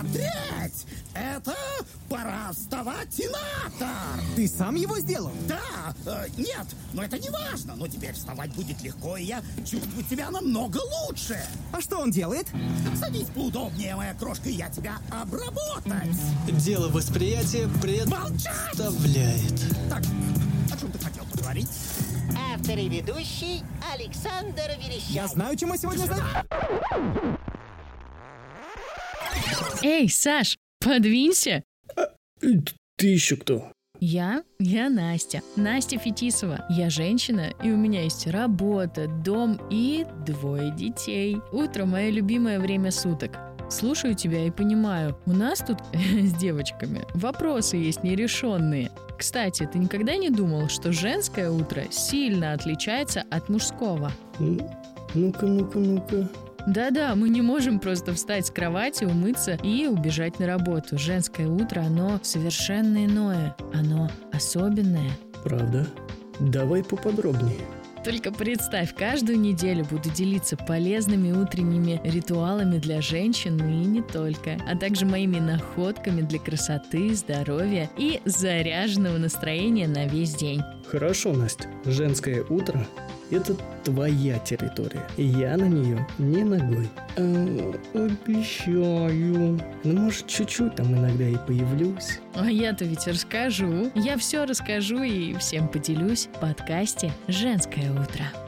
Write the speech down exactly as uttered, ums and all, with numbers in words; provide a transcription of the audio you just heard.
смотреть! Это пора вставать, Инатор! Ты сам его сделал? Да, э, нет, но это не важно. Но теперь вставать будет легко, и я чувствую себя намного лучше. А что он делает? Садись поудобнее, моя крошка, и я тебя обработать. Дело восприятия представляет. Так, о чем ты хотел поговорить? Автор и ведущий Александр Верещагин. Я знаю, чем мы сегодня займемся. Эй, Саш, подвинься. Ты еще кто? Я? Я Настя. Настя Фетисова. Я женщина, и у меня есть работа, дом и двое детей. Утро – мое любимое время суток. Слушаю тебя и понимаю, у нас тут с девочками вопросы есть нерешенные. Кстати, ты никогда не думал, что женское утро сильно отличается от мужского? Ну-ка, ну-ка, ну-ка. Да-да, мы не можем просто встать с кровати, умыться и убежать на работу. Женское утро, оно совершенно иное. Оно особенное. Правда? Давай поподробнее. Только представь, каждую неделю буду делиться полезными утренними ритуалами для женщин и не только, а также моими находками для красоты, здоровья и заряженного настроения на весь день. Хорошо, Настя. Женское утро – это твоя территория, и я на нее не ногой. А, обещаю. Ну, может, чуть-чуть там иногда и появлюсь. А я-то ведь расскажу. Я все расскажу и всем поделюсь в подкасте «Женское утро».